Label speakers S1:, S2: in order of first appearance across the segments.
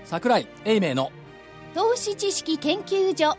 S1: 櫻井英明の
S2: 投資知識研究所。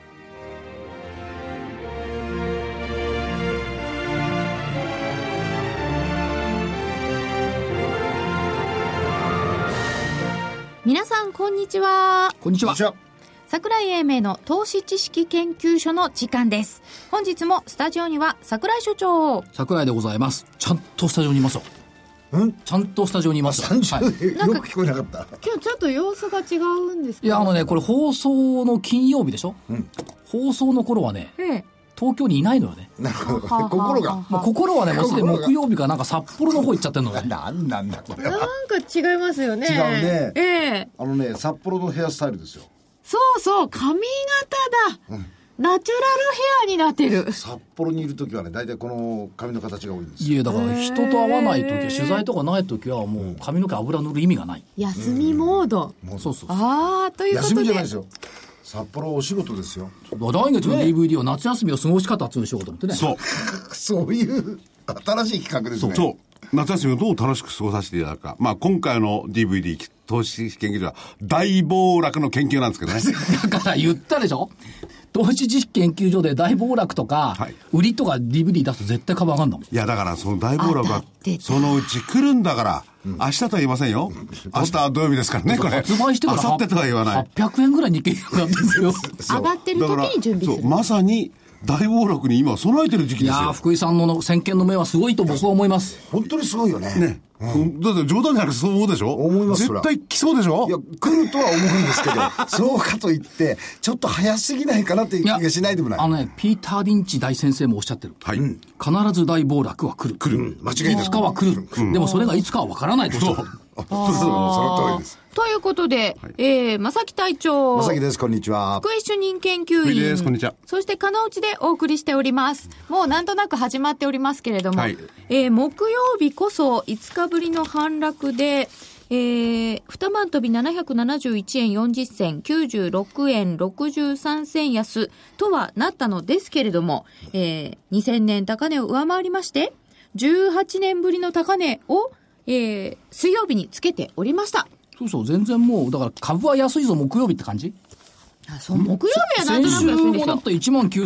S2: 皆さんこんにちは。
S1: こんにちは。
S2: 櫻井英明の投資知識研究所の時間です。本日もスタジオには櫻井所長。
S1: 櫻井でございます。ちゃんとスタジオにいますよ。ちゃんとスタジオにいますよ。
S3: 30、はい、よく聞こえなかった。
S2: 今日ちょっと様子が違うんですけど。
S1: いやこれ放送の金曜日でしょ、放送の頃はね、東京にいないのよね。
S3: なるほど。心が
S1: もう心はね、もうすでに木曜日かなんか札幌の方行っちゃってるのね。
S3: なんなんだこれは。
S2: なんか違いますよね。
S3: 違うね。札幌のヘアスタイルですよ。
S2: そうそう、髪型だ。ナチュラルヘアになってる。
S3: 札幌にいるときはね、大体この髪の形が多いんですよ。
S1: いやだから人と会わないとき、取材とかないときはもう髪の毛油塗る意味がない。
S2: 休みモード。
S1: そうそう。
S2: ああ、ということで。
S3: 休みじゃないですよ。札幌お仕事ですよ。
S1: 来月の DVD は夏休みを過ごし方っていうのしようと思ってね。
S3: そういう新しい企画ですね。
S4: そう夏休みをどう楽しく過ごさせていただくか。今回の DVD 投資研究所は大暴落の研究なんですけどね。
S1: だから言ったでしょ、投資知識研究所で大暴落とか、売りとか DVD 出すと絶対株上がるんだもん。
S4: いやだからその大暴落はそのうち来るんだから、明日とは言いませんよ。明日は土曜日ですからね、これ。
S1: 発売してから
S4: 明後日とは言わない。
S1: 800円ぐらい日経平均上がってるんですよ。
S2: 上がってる時に準備する。
S4: まさに大暴落に今備えてる時期ですよ。
S1: いや福井さんの先見の目はすごいと僕は思います。
S3: 本当にすごいよね。
S4: だって冗談じゃなくてそう思うでしょ。
S3: 思います。
S4: 絶対来そうでしょ。
S3: いや来るとは思うんですけどそうかといってちょっと早すぎないかなっていう気がしないでもない。
S1: ピーター・リンチ大先生もおっしゃってる。必ず大暴落は来る。
S3: 間違いない。
S1: いつかは来る。でもそれがいつかは分からないでしょ。
S3: その通りです。
S2: ということで、正木隊長。
S3: 正木です。こんにちは。
S2: 福井主任研究員。
S4: です。こんにちは。
S2: そして金内でお送りしております。もうなんとなく始まっておりますけれども、木曜日こそ5日ぶりの反落で、2万飛び771円40銭、96円63銭安とはなったのですけれども、2000年高値を上回りまして、18年ぶりの高値を、水曜日につけておりました。
S1: そう全然もうだから株は安いぞ木曜日って感じ。
S2: そう木曜日はなんとなく安いんですよ。
S1: 先週もだって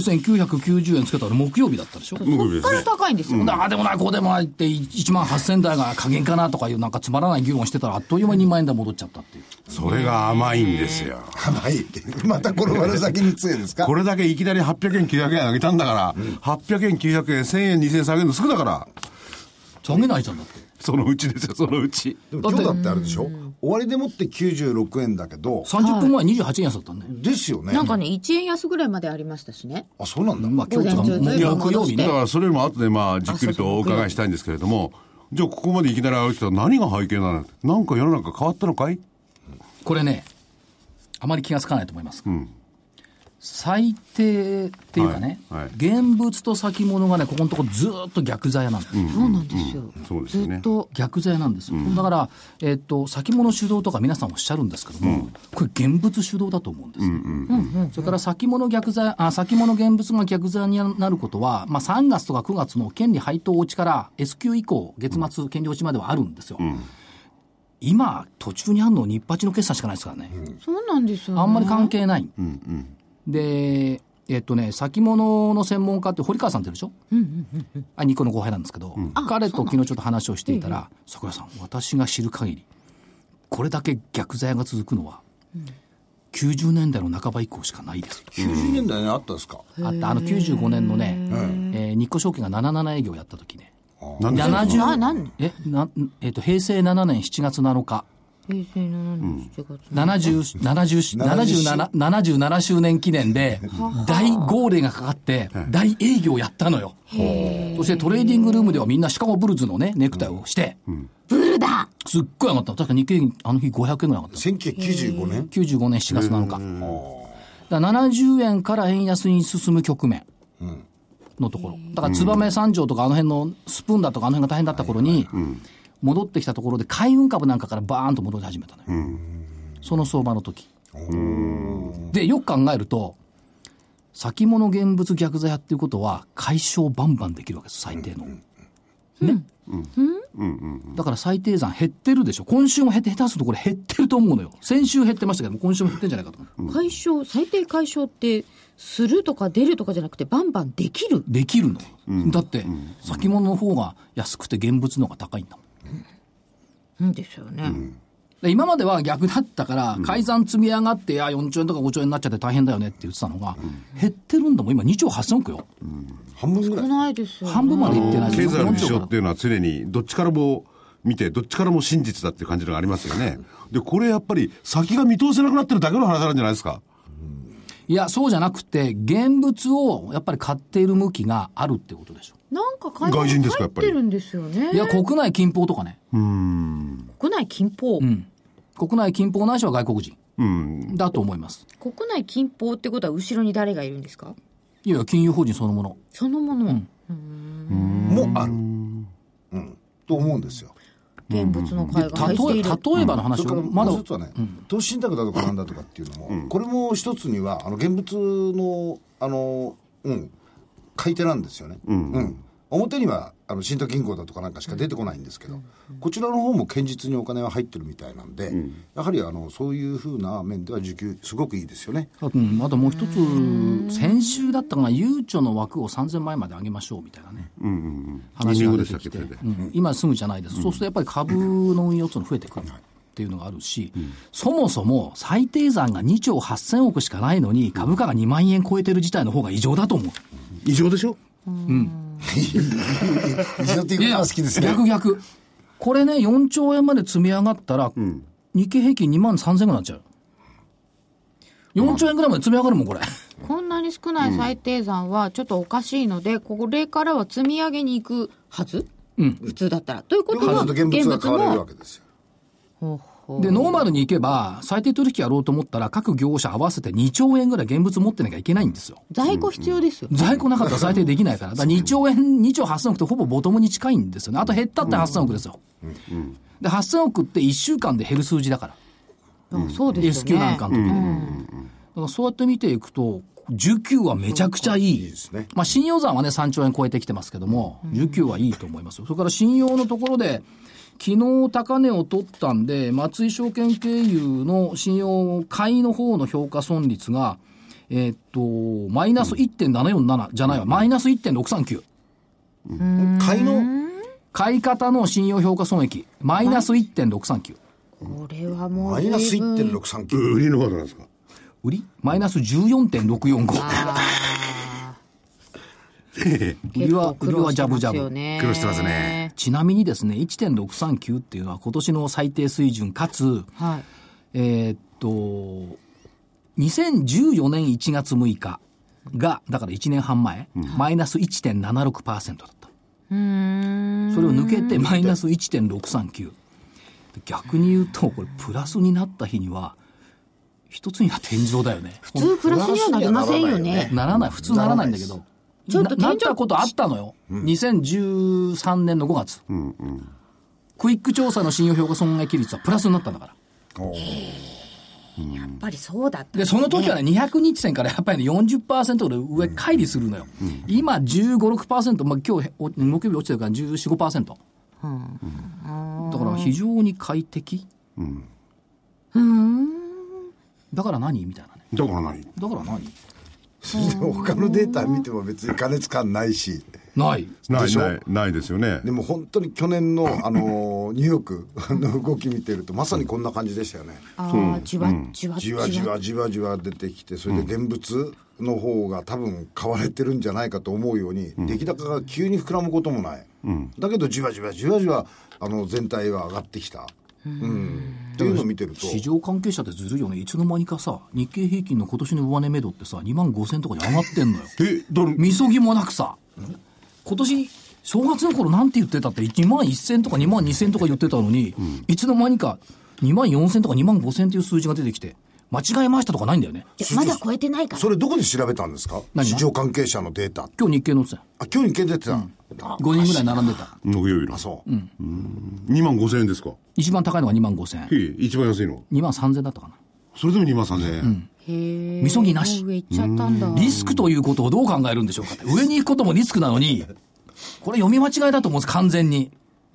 S1: 19,990円つけたら木曜日だったでしょ。
S2: そっから高いんですよ。
S1: ああでもないこうでもないって18,000台が加減かなとかいうなんかつまらない議論してたらあっという間に2万円台戻っちゃったっていう。
S4: それが甘いんですよ。
S3: 甘い。またこの悪先に強いですか。
S4: これだけいきなり800円900円上げたんだから、800円900円1000円2000円下げるのすぐだから。
S1: 下げないじゃんだって。
S4: そのうちですよ、そのうち。
S3: でも今日だってあるでしょ。終わりでもって96円だけど
S1: 30分前28円安だったんだよ。
S3: ですよね。
S2: なんかね1円安ぐらいまでありましたしね。
S3: あ、そうなんだ。
S1: 今日とか木曜日ね。
S4: だからそれよりも後でじっくりとお伺いしたいんですけれども、じゃあここまでいきなり上げてたら何が背景なの。なんか世の中変わったのかい。
S1: これねあまり気がつかないと思います。最低っていうかね、現物と先物がねここのところずっと逆ざやなんです。
S2: そうなんですよ。
S4: そうですよね。
S2: ずっと
S1: 逆ざやなんですよ。だから先物主導とか皆さんおっしゃるんですけども、これ現物主導だと思うんです。それから先物現物が逆ざやになることは、3月とか9月の権利配当落ちから S q 以降月末権利落ちまではあるんですよ。今途中にあるの日八の決算しかないですからね。
S2: そうなんですよね。
S1: あんまり関係ない。で先物の専門家って堀川さんっているでしょ。ニコの後輩なんですけど、彼と昨日ちょっと話をしていたら、桜井さん私が知る限りこれだけ逆ざやが続くのは、90年代の半ば以降しかないです。
S3: 90年代にあったんですか。
S1: あった95年のね、日興証券が77営業やった時ね、平成7年7月7日
S2: 平成7年
S1: 7月77周年記念で大号令がかかって大営業やったのよ。そしてトレーディングルームではみんなシカゴブルズのねネクタイをして、
S2: ブルだ
S1: すっごい上がった。確か日経あの日500円ぐらい上がった。
S3: 1995年
S1: 95年7月7日だから70円から円安に進む局面のところだから、燕三条とかあの辺のスプーンだとかあの辺が大変だった頃に戻ってきたところで海運株なんかからバーンと戻り始めたのよ。その相場の時でよく考えると先物現物逆ざやっていうことは解消バンバンできるわけです。最低のね、 だから最低残減ってるでしょ。今週も下手するとこれ減ってると思うのよ。先週減ってましたけども、今週も減ってんじゃないかと思う。
S2: 解消、最低解消って、するとか出るとかじゃなくて、バンバンできる
S1: の。だって、先物の方が安くて現物の方が高いんだもん。
S2: ですよね。
S1: 今までは逆だったから、改ざん積み上がって、4兆円とか5兆円になっちゃって大変だよねって言ってたのが、減ってるんだもん。今2兆8000億よ。
S3: 半分ぐらい。
S2: 少ないですよね。
S1: 半分までいってない。
S4: 経済の事象っていうのは常にどっちからも見て、どっちからも真実だっていう感じがありますよね。で、これやっぱり先が見通せなくなってるだけの話なんじゃないですか。
S1: いや、そうじゃなくて、現物をやっぱり買っている向きがあるってことでしょ。
S2: なんか外人ですか、やっぱり。入ってるんですよね。
S1: いや、国内金峰とかね。
S2: 国内金峰。
S1: 国内金峰ないしは外国人。だと思います。
S2: 国内金峰ってことは後ろに誰がいるんですか？
S1: いや、金融法人そのもの。
S2: そのもの。
S3: もある。と思うんですよ。
S2: 現物の買いが入っている。
S1: 例えばの話を、
S3: まだ一つはね、投資信託だとかなんだとかっていうのも、これも一つには現物の買い手なんですよね。表には信託銀行だとかなんかしか出てこないんですけど、こちらの方も堅実にお金は入ってるみたいなんで、やはりそういうふうな面では需給すごくいいですよね。
S1: あともう一つ、先週だったかな、ゆうちょの枠を3000万円まで上げましょうみたいなね、話が出てきて、今すぐじゃないです。そうするとやっぱり株の運用っていうの増えてくるっていうのがあるし、そもそも最低残が2兆8000億しかないのに株価が2万円超えてる事態の方が異常だと思う。
S4: 異常でしょ。
S3: 異常っていうことは好きですね。
S1: 逆。これね、4兆円まで積み上がったら、日経平均2万3000円ぐらいになっちゃう。4兆円ぐらいまで積み上がるもん、これ。
S2: こんなに少ない最低残はちょっとおかしいので、これからは積み上げに行くはず、普通だったら。ということは、
S3: 現物が買われるわけですよ。
S1: で、ノーマルに行けば、最低取引やろうと思ったら、各業者合わせて2兆円ぐらい現物持ってなきゃいけないんですよ。
S2: 在庫必要ですよ。
S1: 在庫なかったら最低できないから。だから2兆円、2兆8000億ってほぼボトムに近いんですよね。あと減ったって8000億ですよ。で、8000億って1週間で減る数字だから。
S2: そうですよね。
S1: S q なんかの時に。だからそうやって見ていくと、需給はめちゃくちゃいい。いいですね。信用残はね、3兆円超えてきてますけども、需給はいいと思いますよ。それから信用のところで、昨日高値を取ったんで、松井証券経由の信用買いの方の評価損率が、マイナス 1.747 じゃないわ、マイナス 1.639。買い方の信用評価損益、マイナス 1.639。
S2: これはもう。
S3: マイナス 1.639。
S4: 売りの方なんですか？
S1: 売りマイナス 14.645。売りはジャブジャブ。
S4: 苦労してますね。
S1: ちなみにですね、1.639 っていうのは今年の最低水準かつ、2014年1月6日が、だから1年半前、マイナス 1.76% だった。それを抜けてマイナス 1.639。逆に言うと、これプラスになった日には、一つには天井だよね。
S2: 普通プラスにはなりませんよね。
S1: ならない。普通ならないんだけど。
S2: ちょっと
S1: なったことあったのよ。2013年の5月。クイック調査の信用評価損益率はプラスになったんだから。
S2: やっぱりそうだった、
S1: で、その時はね、200日線からやっぱりね、40% で上乖離するのよ。今15、6%、今日、木曜日落ちてるから14、5%。だから非常に快適。だから何みたいなね。
S4: だから何
S3: 他のデータ見ても別に過熱感ないし。
S1: ない
S4: ですよね。
S3: でも本当に去年のニューヨークの動き見てるとまさにこんな感じでしたよね。
S2: じわ
S3: じわ出てきて、それで現物の方が多分買われてるんじゃないかと思うように、出来高が急に膨らむこともない。だけどじわじわ全体は上がってきた。っていうのを見てると
S1: 市場関係者ってずるいよね。いつの間にかさ、日経平均の今年の上値目処ってさ、2万5000とかに上がってんのよ。みそぎもなくさ、今年正月の頃なんて言ってたって2万1000とか2万2000とか言ってたのに、いつの間にか2万4000とか2万5000っていう数字が出てきて、間違えましたとかないんだよね。
S2: まだ超えてないから。
S3: それどこで調べたんですか？市場関係者のデータ。
S1: 今日日経載ってたよ。
S3: 今日日経出てた。
S1: 5人ぐらい並んでた。
S4: 木曜日の。
S3: そう。
S4: 2万5000円ですか？
S1: 一番高いのが2万5000円。
S4: 一番安いの
S1: 2万3000だったかな。
S4: それでも2万3000円。
S1: みそぎなし。
S2: 上行っちゃったんだ。
S1: リスクということをどう考えるんでしょうかって。上に行くこともリスクなのに、これ読み間違いだと思うんです、完全に。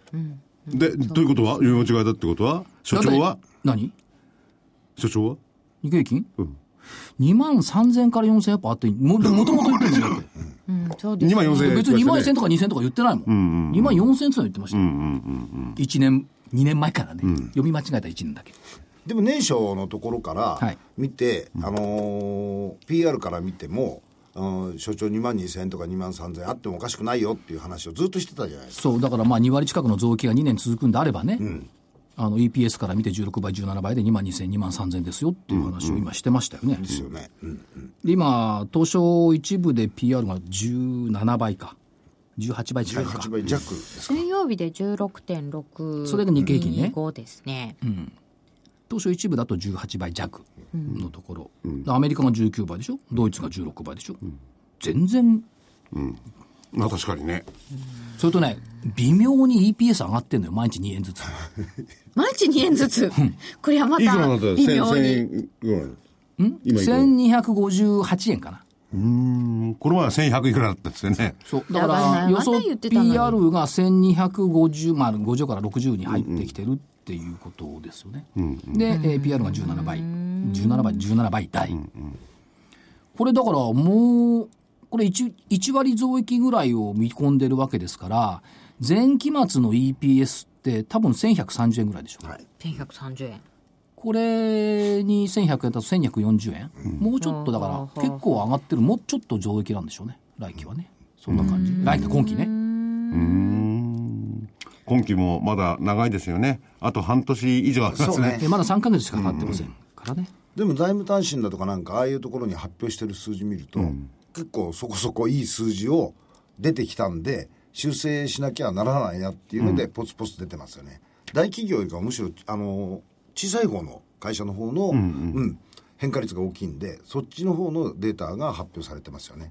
S4: で、ということは読み間違いだってことは所長は
S1: 何
S4: 所長は
S1: 日経平均、2万3000から4000やっぱあって、もともと言ってるんですよ。
S2: そうですね。
S4: 2万4000円。
S1: 別に2万1000とか2000とか言ってないもん。2万4000ってのは言ってました。1年、2年前からね。読み間違えた1年だけ。
S3: でも年初のところから見て、PR から見ても、所長2万2000とか2万3000あってもおかしくないよっていう話をずっとしてたじゃないですか。
S1: そう、だから2割近くの増益が2年続くんであればね、EPS から見て16倍、17倍で2万2000、2万3000ですよっていう話を今してましたよね。
S3: ですよね。
S1: 今、東証一部で PR が17倍か。18倍近いか。
S3: 18倍弱ですか。
S2: 水曜日で 16.6。
S1: それが日経平均ね。
S2: 5ですね。
S1: 東証一部だと18倍弱のところ、アメリカが19倍でしょ、ドイツが16倍でしょ、全然、
S4: まあ確かにね。
S1: それとね、微妙に EPS 上がってんのよ、毎日2円ずつ。
S2: 毎日2円ずつ。これはまた微妙に。
S1: 今1258円かな。
S4: この前は1100いくらだったんですよね。
S1: そう。だから予想 PR が1250、まあ50から60に入ってきてるっていうことですよね。で、PR が17倍。17倍台。これだからもう、これ 1割増益ぐらいを見込んでるわけですから、前期末の EPS って多分1130円ぐらいでしょ。
S2: はい。1130円。
S1: これに1100円だと1240円、もうちょっとだから結構上がってる、もうちょっと増益なんでしょうね、来期はね。そんな感じ。来期、今期ね。
S4: 今期もまだ長いですよね。あと半年以上ありますね。
S1: まだ3ヶ月しかかかってませんからね。
S3: でも財務単身だとかなんかああいうところに発表してる数字見ると、結構そこそこいい数字を出てきたんで修正しなきゃならないなっていうのでポツポツ出てますよね。大企業よりかむしろ小さい方の会社の方の、変化率が大きいんで、そっちの方のデータが発表されてますよね。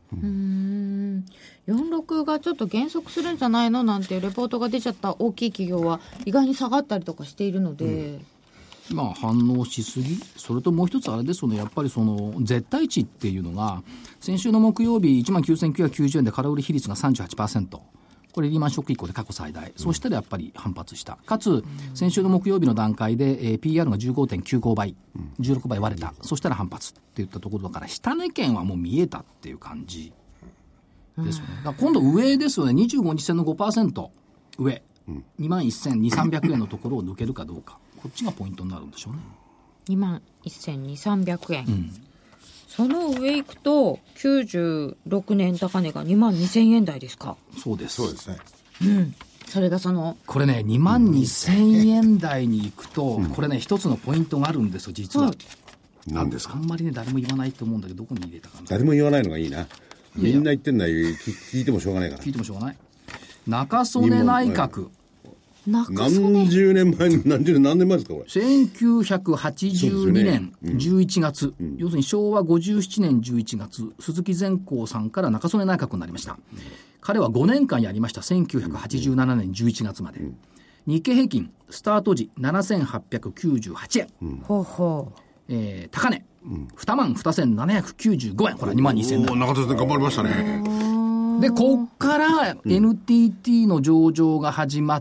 S2: 46がちょっと減速するんじゃないのなんていうレポートが出ちゃった大きい企業は意外に下がったりとかしているので、
S1: まあ反応しすぎ。それともう一つあれですよね、やっぱりその絶対値っていうのが先週の木曜日19,990円で空売り比率が 38%、これリーマンショック以降で過去最大。そうしたらやっぱり反発した。かつ先週の木曜日の段階で、PR が 15.95 倍、16倍割れた。そしたら反発っていったところだから、下値圏はもう見えたっていう感じですよね。だから今度上ですよね。25日線の 5% 上、21,200、300円のところを抜けるかどうか、こっちがポイントになるんでしょうね。
S2: 21,200、300円、その上行くと96年高値が22,000円台ですか。
S1: そうです。
S3: そうですね。
S2: それが
S1: これね、22,000円台に行くと、これね、一つのポイントがあるんですよ、実は。
S4: 何ですか。
S1: あんまりね、誰も言わないと思うんだけど、どこに入れたかな。
S4: 誰も言わないのがいいな。みんな言ってんだよ。聞いてもしょうがないから。
S1: 聞いてもしょうがない。中曽根内閣。
S4: 何十年前、何年前ですか、これ。
S1: 1982年11月、要するに昭和57年11月、鈴木善光さんから中曽根内閣になりました。彼は5年間やりました。1987年11月まで。日経平均、スタート時7,898円。高値、22,795円。これは22,000円。
S4: 中曽根頑張りましたね。
S1: で、こっから NTT の上場が始まって、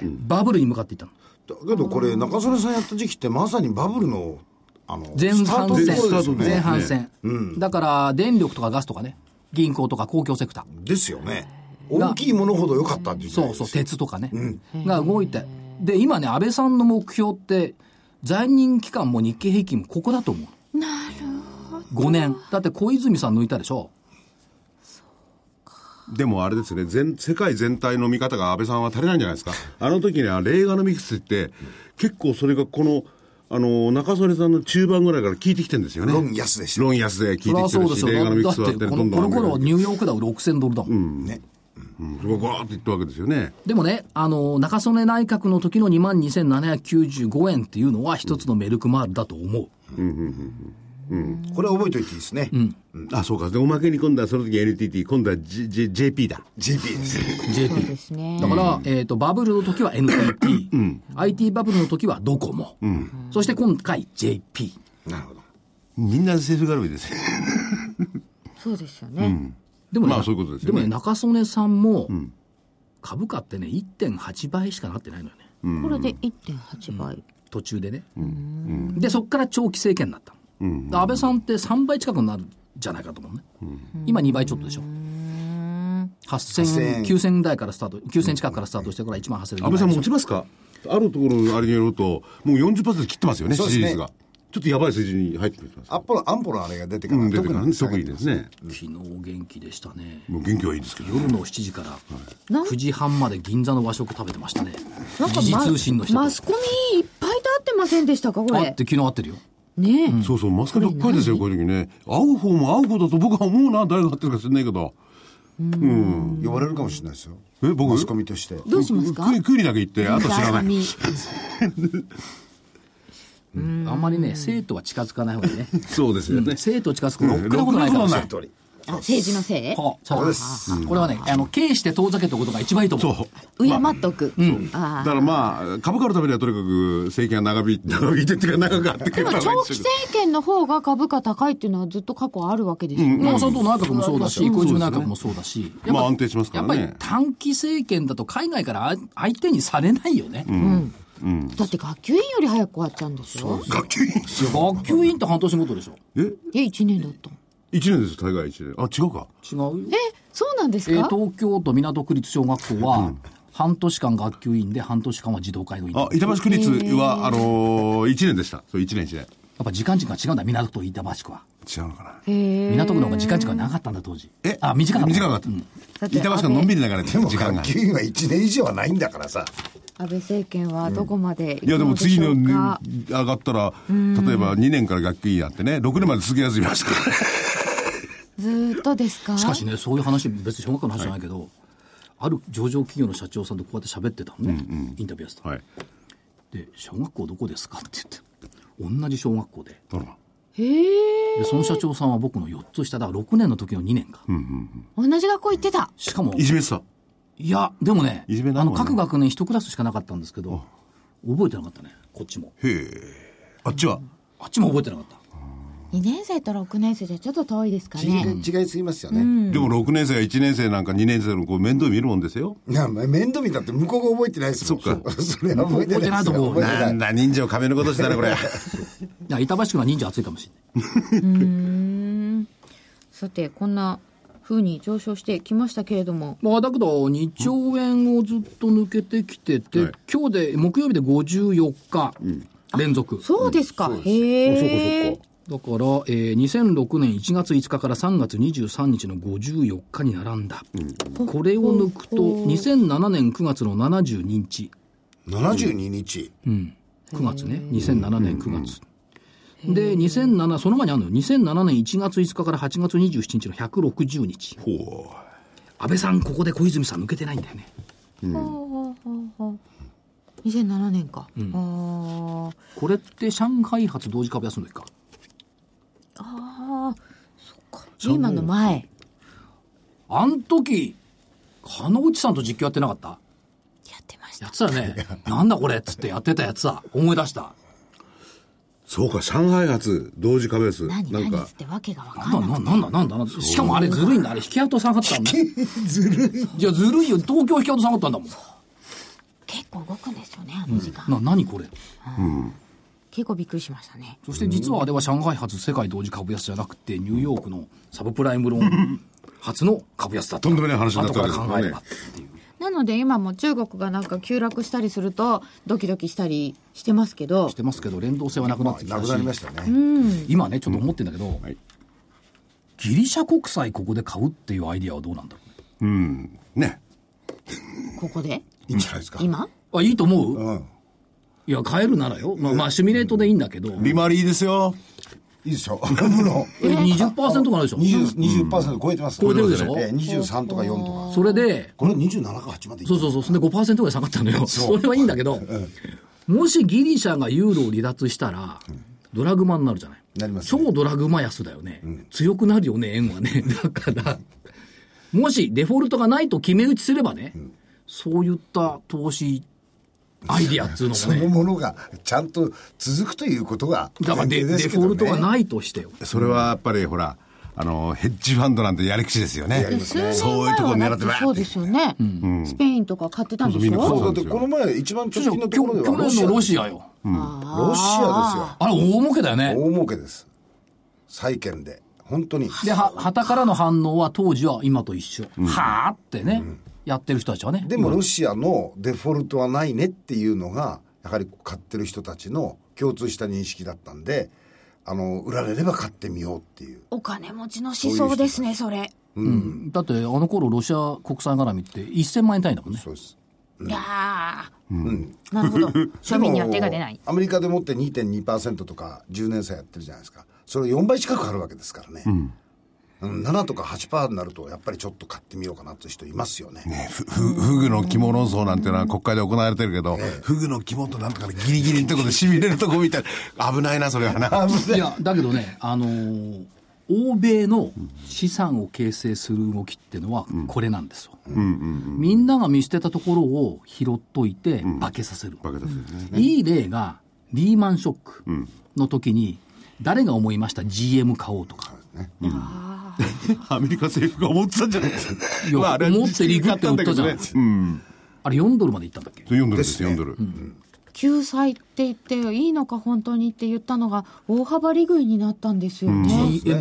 S1: バブルに向かっていったの。
S3: だけどこれ中曽根さんやった時期ってまさにバブルの
S1: 前半戦、
S3: スタートですよね。
S1: 前半戦、だから電力とかガスとかね、銀行とか公共セクター
S3: ですよね。大きいものほど良かったっていう。
S1: そうそう、鉄とかね、が動いて、で今ね、安倍さんの目標って在任期間も日経平均もここだと思う。
S2: なるほど。
S1: 5年だって小泉さん抜いたでしょ。
S4: でもあれですね、世界全体の見方が安倍さんは足りないんじゃないですか。あの時にはレーガノミクスって結構それがこの中曽根さんの中盤ぐらいから効いてきてるんですよね。
S3: 論安でした。
S4: 論安で効いてきてるし、レーガノミクスはって
S1: この頃はニューヨークダウ6000ドルだもん。
S3: ね。
S4: そこがガーッといったわけですよね。
S1: でもね、中曽根内閣の時の22,795円っていうのは一つのメルクマールだと思う。
S3: これは覚えておいていいですね。
S4: あ、そうか。でおまけに今度はその時 NTT、今度は、JP だ。
S3: JP です。
S2: そうですね。
S1: だから、バブルの時は NTT、IT バブルの時はドコモ、そして今回 JP。
S3: なるほど。
S4: みんなセーフ絡みですよ。
S2: そうですよね。
S1: でもね、
S4: まあそういうことですよね。
S1: でもね、中曽根さんも、 株価ってね 1.8 倍しかなってないのよね、
S2: これで 1.8 倍、
S1: 途中でね、でそこから長期政権になった、安倍さんって3倍近くになるんじゃないかと思うね、今2倍ちょっとでしょ、8000、9000台からスタート、9000近くからスタートしてから1万8000。
S4: 安倍さん持ちますか？あるところのあれによると、もう 40% 切ってますよね、支持率が。ちょっとやばい数字に入ってくるんです。
S3: 安保のあれが出てから、
S4: 出てからね、特にですね。
S1: 昨日元気でしたね。
S4: もう元気はいいですけど、
S1: 夜の7時から9時半まで銀座の和食食べてましたね。
S2: なんか
S1: 時事通信の人と
S2: マスコミいっぱいと会ってませんでしたか、これ。
S1: あって昨日会ってるよ。
S2: ねえ、
S4: そうそう、マスコミばっかりですよ、こういう時ね。会う方も会う方だと僕は思うな、誰が会ってるか知んないけど。
S3: 呼ばれるかもしれないですよ。
S4: 僕
S3: マスコミとして。
S2: どうしますか？
S4: クイリだけ言って、あと知らない。
S1: あんまりね、生徒は近づかない方がいいね。
S4: そうですよね。
S1: 生徒近づくろくなことないから。
S2: 政治のせい？
S1: そうです。これはね、軽して遠ざけておくことが一番いいと思う。
S4: そう。
S2: 敬っとく。
S4: だからまあ、株価のためにはとにかく政権が長引いてっていうか長くあってくれた方がいい
S2: 長期
S4: ですよ。
S2: 政権の方が株価高いっていうのはずっと過去あるわけですよね。
S1: 佐藤内閣もそうだし、小泉内閣もそうだし。
S4: まあ安定しますからね。
S1: やっぱり短期政権だと海外から相手にされないよね。
S2: だって学級委員より早く終わっちゃうんですよ。
S4: 学級委員
S1: 学級委員って半年ごとでしょ。
S2: 1年だった。
S4: 1年です、大概1年。あ、違うか。
S1: 違うよ。
S2: そうなんですか？
S1: 東京都港区立小学校は、半年間学級委員で半年間は児童会の委員。
S4: 板橋区立は、1年でした。そう、1年。
S1: やっぱ時間軸が違うんだ、港区と板橋区は。
S4: 違うのかな。
S1: 港区の方が時間軸が長かったんだ、当時。短かった。
S4: 板橋区はのんびり流れてる時間が。
S3: 学級委員は1年以上はないんだからさ。
S2: 安倍政権はどこまで行くのでしょうか？
S4: いやでも次の上がったら、例えば2年から学級委員やってね、6年まで続けやすいましたから。
S2: ずーっとですか？
S1: しかしね、そういう話、別に小学校の話じゃないけど、ある上場企業の社長さんとこうやって喋ってたのね、インタビューやってた。で、小学校どこですかって言って、同じ小学校で。で、その社長さんは僕の4つ下だ、6年の時の2年か。
S2: 同じ学校行ってた。
S1: しかも、
S4: いじめてた。
S1: いや、でもね、各学年1クラスしかなかったんですけど、覚えてなかったね、こっちも。
S4: あっちは
S1: あっちも覚えてなかった。
S2: 2年生と6年生じゃちょっと遠いですかね。
S3: 違いすぎますよね。
S4: でも6年生や1年生なんか2年生の子面倒見るもんですよ。
S3: いや、面倒見たって向こうが覚えてないですもん。
S4: そっか。
S3: それは覚えてないと思う。
S4: なんだ、忍者を亀のことしたらこれ。
S1: いや、板橋区が忍者熱いかもしれない。
S2: さて、こんな風に上昇してきましたけれども。
S1: だけど、2兆円をずっと抜けてきてて、今日で、木曜日で54日連続。
S2: そうですか。へえ。
S1: だから、2006年1月5日から3月23日の54日に並んだ。これを抜くと、2007年9月の72日。
S3: 72日。
S1: 9月ね。2007年9月。で、その前にあるのよ。2007年1月5日から8月27日の160日。安倍さん、ここで小泉さん抜けてないんだよね。
S2: 2007年か。
S1: これって上海発同時株安の時か。
S2: そっか。今の前。
S1: あん時、鹿野内さんと実況やってなかった？
S2: やってました。
S1: やってたよね。なんだこれっつってやってたやつさ。思い出した。
S4: そうか、上海発同時株安。
S2: 何ってわけがわかんない。
S1: なんだ。しかもあれずるいんだ。あれ引き跡下がったんだ。ずるい。いや、ずるいよ。東京引き跡下がったんだもん。
S2: 結構動くんですよね、あの時間。
S1: 何これ。
S2: 結構びっくりしましたね。
S1: そして実はあれは上海発世界同時株安じゃなくて、ニューヨークのサブプライムローン発の株安だった。
S4: とんでもない話になった
S1: 後から考えればっていう。
S2: なので今も中国がなんか急落したりするとドキドキしたりしてますけど
S1: 連動性はなくなってきたし、
S3: なくなりましたね。
S1: 今ねちょっと思ってるんだけど、ギリシャ国債ここで買うっていうアイディアはどうなんだろう
S4: ね。
S2: ここで
S3: いいんじゃないですか。
S2: 今
S1: いいと思う？いや買えるならよ、まあシミュレートでいいんだけど、
S4: 利回りいいですよ。
S3: いいですよ。
S1: 20% かないでしょ。
S3: 20% 超えてます。
S1: 超えてるでしょ。
S3: 23とか4とか。
S1: それで
S3: これ27か8までいって。
S1: そうそれで 5% ぐらい下がったのよ。それはいいんだけど、もしギリシャがユーロを離脱したら、ドラグマになるじゃない。
S3: なりますね。
S1: 超ドラグマ安だよね。強くなるよね、円はね。だからもしデフォルトがないと決め打ちすればね、そういった投資アイディアっていうのもね、
S3: そのものがちゃんと続くということが
S1: だからデフォルトがないとしてよ。
S4: それはやっぱりほら、 ヘッジファンドなんてやり口ですよね。そういうところ狙って
S2: そうですよね、スペインとか買ってたんでしょ。
S3: そうだってこの前一番直近のところでは
S1: 去年のロシアよ、
S3: ロシアですよ。
S1: あれ大儲けだよね。
S3: 大儲けです。債券で本当に。
S1: で旗からの反応は当時は今と一緒、はーってね、やってる人たちはね。
S3: でもロシアのデフォルトはないねっていうのがやはり買ってる人たちの共通した認識だったんで、売られれば買ってみようっていう。
S2: お金持ちの思想ですね、それ。
S1: だって頃ロシア国債絡みって1000万円単位だもんね。
S3: そうです。
S2: いやなるほど。庶民には手が出ない。
S3: アメリカでもって 2.2% とか10年債やってるじゃないですか。それ4倍近くあるわけですからね。7とか 8% になるとやっぱりちょっと買ってみようかなっていう人いますよね。
S4: フグの肝論争なんていうのは国会で行われてるけど、フグの肝となんとかギリギリのところでしびれるとこみたいな。危ないな、それはな。
S1: いや、だけどね、欧米の資産を形成する動きっていうのはこれなんですよ。みんなが見捨てたところを拾っといて化けさせる。いい例がリーマンショックの時に誰が思いました？ GM 買おうとか。
S4: アメリカ政府が思ってたんじゃないですか。
S1: いや、思ってリグって売ったじゃないですか。あれ$4までいったんだっけ。
S4: $4ですよ、$4。
S2: 救済って言っていいのか本当にって言ったのが大幅利食いになったんですよね。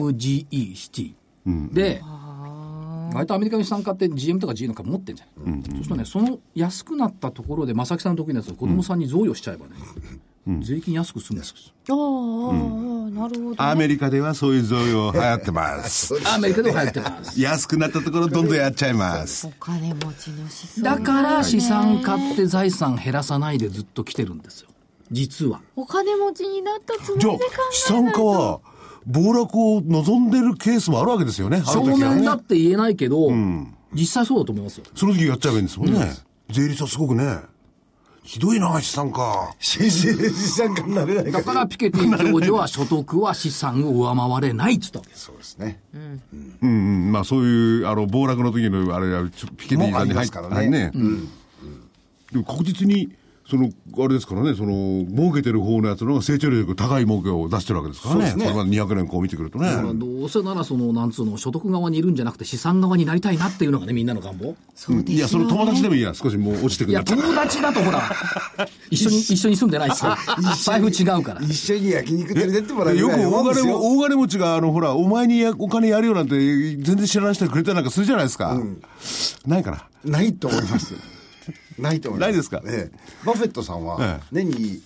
S1: GMGE シティ、で割とアメリカの資産家って GM とか GE の株持ってんじゃん、そうするとね、その安くなったところで正木さんの得意なやつを子供さんに贈与しちゃえばね、税金安く済むんですよ。
S2: なるほど、ね、
S4: アメリカではそういう贈与流行ってます
S1: アメリカでは流行ってます
S4: 安くなったところどんどんやっちゃいます。
S2: お金持ちの思想
S1: だから資産買って財産減らさないでずっと来てるんですよ、実は。
S2: お金持ちになったつもりで考えないと。
S4: じゃあ資産家は暴落を望んでるケースもあるわけですよね。
S1: 少年だって言えないけど、実際そうだと思いますよ。
S4: その時やっちゃえばいいんですもんね、税率はすごくね。ひどいな、資産家。
S3: 資産家になれない。
S1: だからピケティ教授は所得は資産を上回れないっつったわけです。
S3: そうですね。
S4: まあそういう暴落の時のあれはピケティさんに入ってからね。でも確実にあれですからね、儲けてる方のやつのが成長力高い儲けを出してるわけですからね。そうですね。これまで200年こう見てくるとね。
S1: どうせならなんつうの、所得側にいるんじゃなくて資産側になりたいなっていうのがね、みんなの願望。
S2: そうですよね。
S4: いや、友達でもいいや、少しもう落ちてくる。
S1: いや、友達だとほら、一緒に住んでないしさ、財布違うから。
S3: 一緒に焼肉連れてってもらえる
S4: よく大金持ちが、ほら、お前にお金やるよなんて全然知らない人にくれたりなんかするじゃないですか。ないかな。
S3: ないと思います。ないと思います。
S4: ないですか。
S3: バフェットさんは年に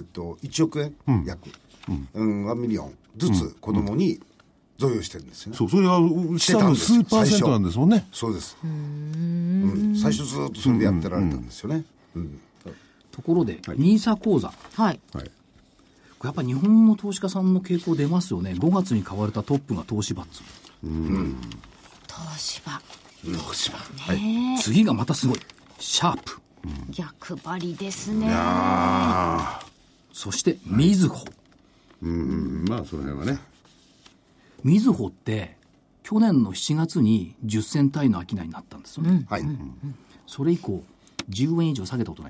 S3: 1億円約1ミリオンずつ子供に贈与してるんですよね。
S4: そう、それが資産の数%なんですもんね。
S3: そうです。最初ずっとそれでやってられたんですよね。
S1: ところで NISA 口座、
S2: はい、
S1: やっぱり日本の投資家さんの傾向出ますよね。5月に買われたトップが東芝っつう。
S2: 東芝、
S1: 次がまたすごいシャープ、
S2: 逆張りですね。
S1: そしてみずほ。
S4: まあその辺はね。
S1: みずほって去年の7月に10銭単位の商いになったんですよね。それ以降10円以上下げたことない。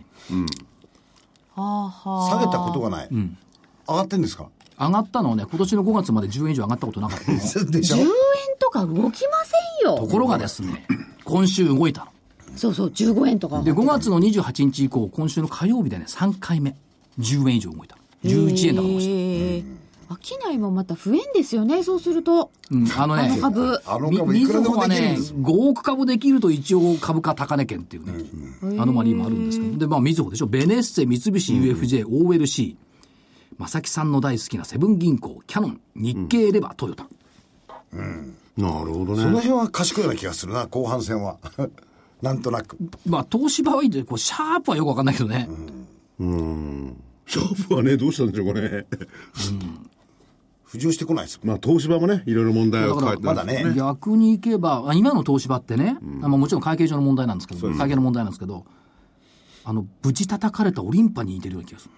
S3: 下げたことがない。上がってんですか？
S1: 上がったのはね、今年の5月まで10円以上上がったことなかったの。
S2: 10円とか動きませんよ。
S1: ところがですね、今週動いたの。
S2: そうそう、15円とか。
S1: で、5月の28日以降、今週の火曜日でね、3回目、10円以上動いた。11円だから
S2: 商いもまた増えんですよね、そうすると。
S1: あの株。みずほはね、5億株できると一応株価高値圏っていうね、アノマリーもあるんですけど。で、まあ、みずほでしょ。ベネッセ、三菱 UFJ、OLC、正木さんの大好きなセブン銀行、キャノン、日経レバー、トヨタ。
S4: なるほどね。
S3: その辺は賢いような気がするな、後半戦は。なんとなく。
S1: まあ、東芝はいいんで、シャープはよくわかんないけどね。
S4: シャープはね、どうしたんでしょうかね。
S3: 浮上してこないですもん。
S4: まあ、東芝もね、いろいろ問題を抱えて
S3: まだね。
S1: 逆に行けば、今の東芝ってね、もちろん会計上の問題なんですけど、会計の問題なんですけど、無事叩かれたオリンパに似てるような気がする。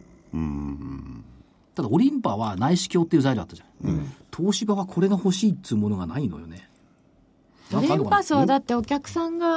S1: ただ、オリンパは内視鏡っていう材料あったじゃん。東芝はこれが欲しいっていうものがないのよね。
S2: オリンパスはだってお客さんが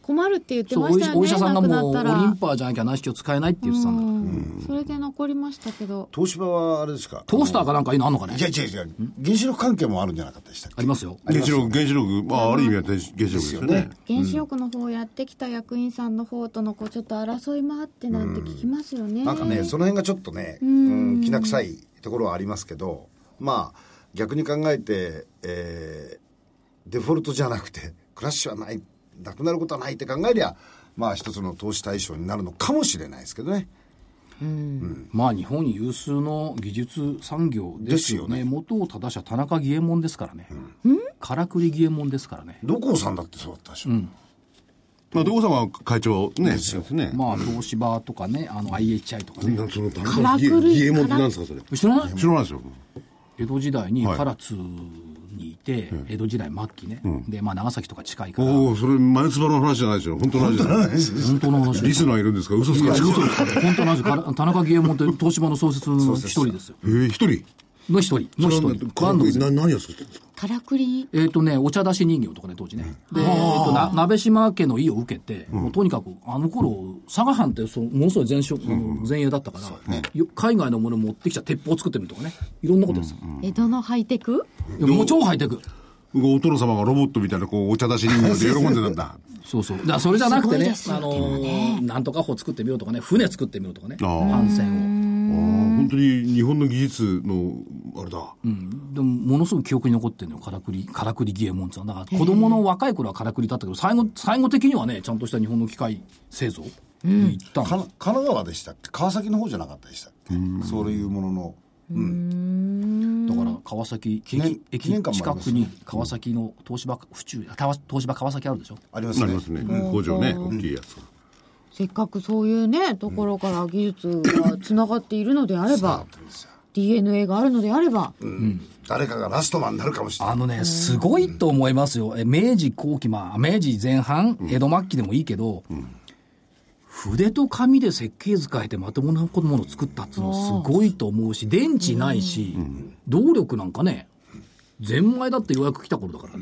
S2: 困るって言ってましたよね。
S1: お医者さんがもうオ
S2: 亡くなったら
S1: リンパーじゃなきゃ内視鏡使えないって言ってたんだ。
S2: それで残りましたけど。
S3: 東芝はあれですか、
S1: トースターかなんかいいのあんのかね。
S3: いや違う原子力関係もあるんじゃなかったでしたっけ。
S1: ありますよ。
S4: 原子力、まあ、ある意味は原子力ですよね。
S2: 原子力の方やってきた役員さんの方とのこうちょっと争いもあってなんて聞きますよね。
S3: なんかね、その辺がちょっとね、きな臭いところはありますけど、まあ逆に考えて、デフォルトじゃなくてクラッシュはない、なくなることはないって考えりゃ、まあ一つの投資対象になるのかもしれないですけどね。
S1: まあ日本有数の技術産業ですよね。元を正した田中義右衛門ですからね。からくり義右衛門ですからね。
S3: 土光さんだってそうだったでしょ。
S4: まあ、土光さんは会長ね。ですよ
S1: ね。まあ東芝とかね、IHI とかね。
S4: その田中義右衛門って何ですかそれ。
S1: 知らない？
S4: 知らないですよ。
S1: 江戸時代に唐津にいて、江戸時代末期ね、でまあ長崎とか近いから。
S4: おお、それ前つばの話じゃないですよ。本当の話じゃないです。
S1: 本当の話。
S4: リスナーいるんですか。嘘つか。
S1: 嘘ですか。本当の話。田中義右衛門って東芝の創設の一人ですよ。
S4: 一人
S1: の一人。
S4: 何を作ってるんですか。
S2: からくり。
S1: お茶出し人形とかね、当時ね。で、鍋島家の意を受けて、もうとにかく、あの頃、佐賀藩ってものすごい前衛だったから、海外のものを持ってきちゃ鉄砲を作ってみるとかね。いろんなことですよ。
S2: 江戸のハイテク？
S1: もう超ハイテク。
S4: お殿様がロボットみたいなお茶出し人形で喜んでたんだ。
S1: そうそう。だからそれじゃなくてね、なんとか砲作ってみようとかね、船作ってみようとかね、帆船を。
S4: 本当に日本の技術のあれだ。
S1: でもものすごく記憶に残ってるのよ、からくり義右衛門って。だから子供の若い頃はからくりだったけど、最後的にはね、ちゃんとした日本の機械製造に行ったんです。
S3: 神奈川でしたっけ、川崎の方じゃなかったでしたっけ、そういうものの。
S1: だから川崎駅近くに川崎の東芝川崎あるでしょ。
S3: ありますね。
S4: ありますね。工場ね、大きいやつ。
S2: せっかくそういうねところから技術がつながっているのであれば、DNA があるのであれば、
S3: 誰かがラストマンになるかもしれない。
S1: すごいと思いますよ。明治後期、明治前半、江戸末期でもいいけど、筆と紙で設計図変えてまともなものを作ったっていうのはすごいと思うし、電池ないし、動力なんかね、ゼンマイだってようやく来た頃だからね。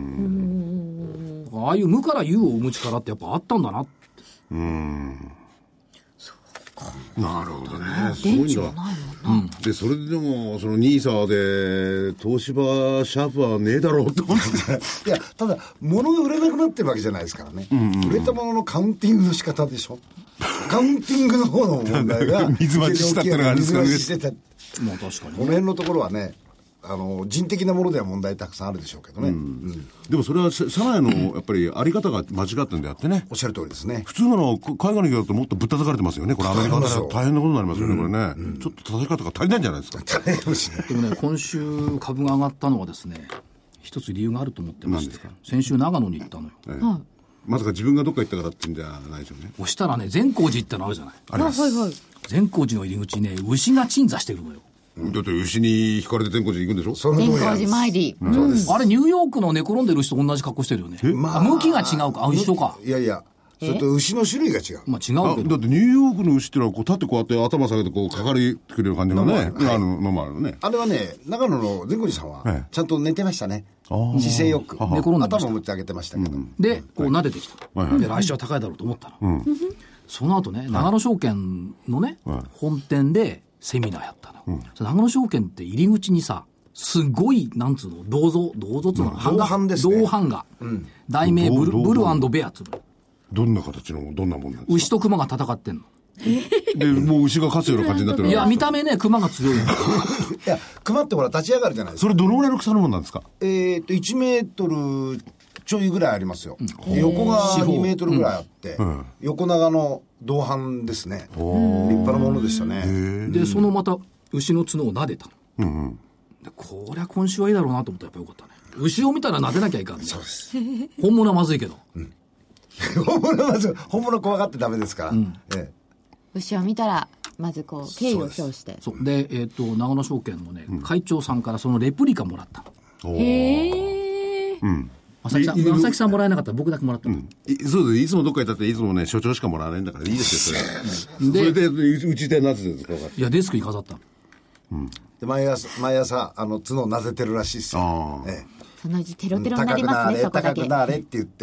S1: ああいう無から有を生む力ってやっぱあったんだなって。
S2: そうか。
S4: なるほどね。
S2: 電池がないもんな。
S4: で、それでも、そのニーサで、東芝シャープはねえだろうと思って。
S3: いや、ただ、物が売れなくなってるわけじゃないですからね。売れたもののカウンティングの仕方でしょ。カウンティングの方の問題が。
S4: 水増ししたってのがあるんですかね。
S3: 水増ししてた。
S1: まあ確かに。
S3: この辺のところはね、人的なものでは問題たくさんあるでしょうけどね。
S4: でもそれは社内のやっぱりあり方が間違ってんであってね。
S3: おっしゃる通りですね。
S4: 普通なの海外の企業だともっとぶったたかれてますよね。これアメリカなら大変なことになりますよね、これね。ちょっと叩き方が足りないんじゃないですか。
S3: 大変かもしれない。
S1: でもね、今週株が上がったのはですね、一つ理由があると思ってまして、先週長野に行ったのよ。
S4: まさか自分がどっか行ったからってんじゃないでしょうね。
S1: そしたらね、善光寺ってのあるじゃない。
S2: あります。
S1: 善光寺の入り口ね、牛が鎮座してるのよ。
S4: だって牛に引かれて善光寺行くんでしょ。
S2: 善光寺参り。
S1: あれニューヨークの寝転んでる人と同じ格好してるよね。向きが違うか。一緒か。
S3: いやいや、それと牛の種類が違う。
S1: まあ違うけど。
S4: だってニューヨークの牛ってのは立ってこうやって頭下げてこうかかりくる感じがね、のもあるね。
S3: あれはね、長野の善光寺さんはちゃんと寝てましたね。姿勢よく
S1: 寝転んでました。
S3: 頭持ち上げてましたけど。
S1: で、こう撫でてきた。で、来週は高いだろうと思ったの。その後ね、長野証券のね、本店でセミナーやったの。長野証券って入り口にさ、すごい、なんつうの、銅像つうの、
S3: 銅版ですね。
S1: 銅版が。題名ブル&ベアつうの。
S4: どんな形の、どんなもんなんですか。
S1: 牛と熊が戦ってんの。
S4: で、もう牛が勝つような感じになってる。
S1: いや、見た目ね、熊が強いの。い
S3: や、熊ってほら立ち上がるじゃないですか。
S4: それどのぐらいの草のもんなんですか。
S3: 1メートルちょいぐらいありますよ。横が2メートルぐらいあって、横長の銅版ですね。立派なものでしたね。
S1: で、そのまた牛の角を撫でたの。こりゃ今週はいいだろうなと思ったらやっぱよかったね。牛を見たら撫でなきゃいかんね。
S3: そうです。
S1: 本物はまずいけど。
S3: 本物怖がってダメですから。
S2: 牛を見たらまずこう敬意を表して。
S1: そうで、長野証券のね、会長さんからそのレプリカもらったの。
S2: へえ。
S1: 正木さんもらえなかったら僕だけもらったの。
S4: そうです。いつもどっか行ったっていつもね所長しかもらわないんだからいいですよそれ。それでうちでなぜですか。
S1: いやデスクに飾ったの。
S3: で毎朝角をなぜてるらしいですよ。
S2: そのうちテロテロになりますね。そこだけ
S3: 高くなれって言って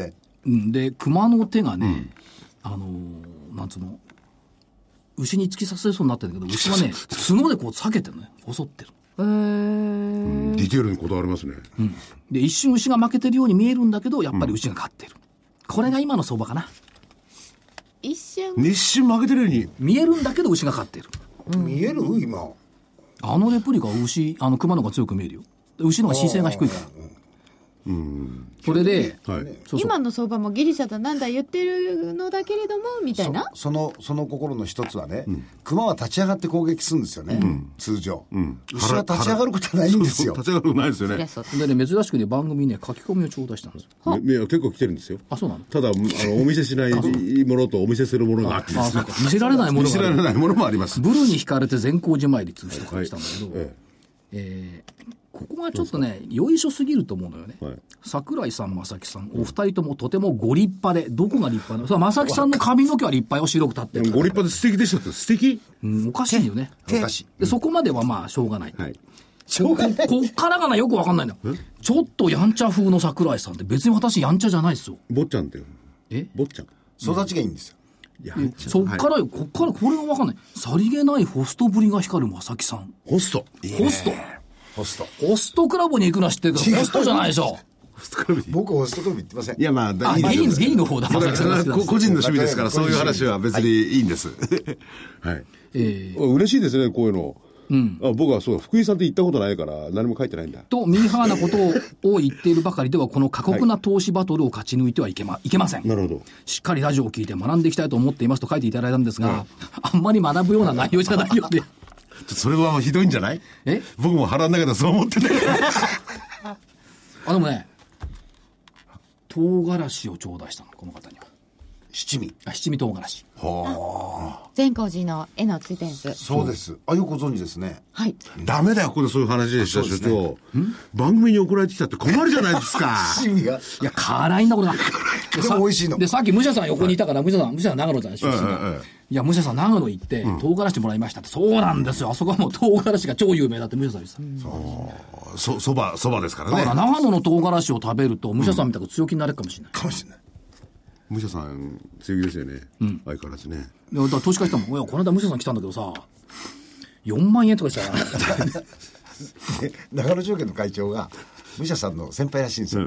S1: で、熊の手がね、なんつうの、牛に突き刺されそうになってるんだけど、牛はね、角でこう避けてるのよ。襲ってる。
S4: ディテールにこだわりますね。
S1: で、一瞬牛が負けてるように見えるんだけど、やっぱり牛が勝ってる。これが今の相場かな。
S2: 一瞬
S4: 負けてるように
S1: 見えるんだけど牛が勝ってる。
S3: 見える今。
S1: レプリカは熊の方が強く見えるよ。牛の方が姿勢が低いから。それで、
S2: 今の相場もギリシャだなんだ言ってるのだけれどもみたいな。
S3: その心の一つはね、熊は立ち上がって攻撃するんですよね、通常。牛は立ち上がることはないんですよ。
S4: 立ち上がることないですよね。
S1: でね、珍しくね、番組にね、書き込みを頂戴したんですよ。
S4: 結構来てるんですよ。
S1: あ、そうなの？
S4: ただ、お見せしないものとお見せするものがあってですね。
S1: 見せられないものがある。
S4: 見せられないものもあります。
S1: ブルに引かれて善光寺参りっていう人が来たんだけど、ここがちょっとね、よいしょすぎると思うのよね。桜井さん、正木さん、お二人ともとてもご立派で、どこが立派なの？正木さんの髪の毛は立派よ、白く立ってる。
S4: ご立派で素敵でしたって、素敵？
S1: おかしいよね。
S3: おかしい。
S1: で、そこまではまあ、しょうがない。
S3: しょうがない。
S1: こっからがな、よくわかんないんだよ。ちょっとやんちゃ風の桜井さんって、別に私やんちゃじゃないですよ。
S4: 坊ちゃんってよ。坊ちゃん。
S3: 育ちがいいんですよ。
S1: そっからよ、こっからこれがわかんない。さりげないホストぶりが光る正木さん。
S4: ホスト
S1: ホストクラブに行くのは知ってるけど、ホストじゃないでしょ。
S3: 僕ホストクラブ行ってません。
S4: いや、まあ、
S1: ゲイの方だ。
S4: 個人の趣味ですから、そういう話は別にいいんです。はい。嬉しいですね、こういうの。僕はそう、福井さんって言ったことないから何も書いてないんだ
S1: とミーハーなことを言っているばかりではこの過酷な投資バトルを勝ち抜いてはいけません。
S4: なるほど。
S1: しっかりラジオを聞いて学んでいきたいと思っていますと書いていただいたんですが、あんまり学ぶような内容じゃないようで
S4: それはひどいんじゃない？僕も腹の中でそう思ってた
S1: でもね、唐辛子を頂戴したの、この方には。七味唐辛子。
S2: 善光寺の絵のついたやつ。
S3: そうです。よくご存知ですね。
S2: はい。
S4: ダメだよ、ここでそういう話でした、所長。番組に送られてきたって困るじゃないですか。
S3: 七味が。
S1: いや、辛いんだ、これが。
S3: でも美味しいの。
S1: で、さっき武者さん横にいたから、武者さん長野じゃない出身が。いや、武者さん長野行って、唐辛子もらいましたって。そうなんですよ。あそこはもう唐辛子が超有名だって武者さん言って
S4: た。そばですからね。
S1: だから長野の唐辛子を食べると、武者さんみたく強気になれるかもしれない。
S3: かもしれない。
S4: 武者さん強気ですよね。相変わらずね。
S1: だから投資家したもん、いや、この間武者さん来たんだけどさ、4万円とかしたら
S3: 長野証券の会長が武者さんの先輩らしいんですよ。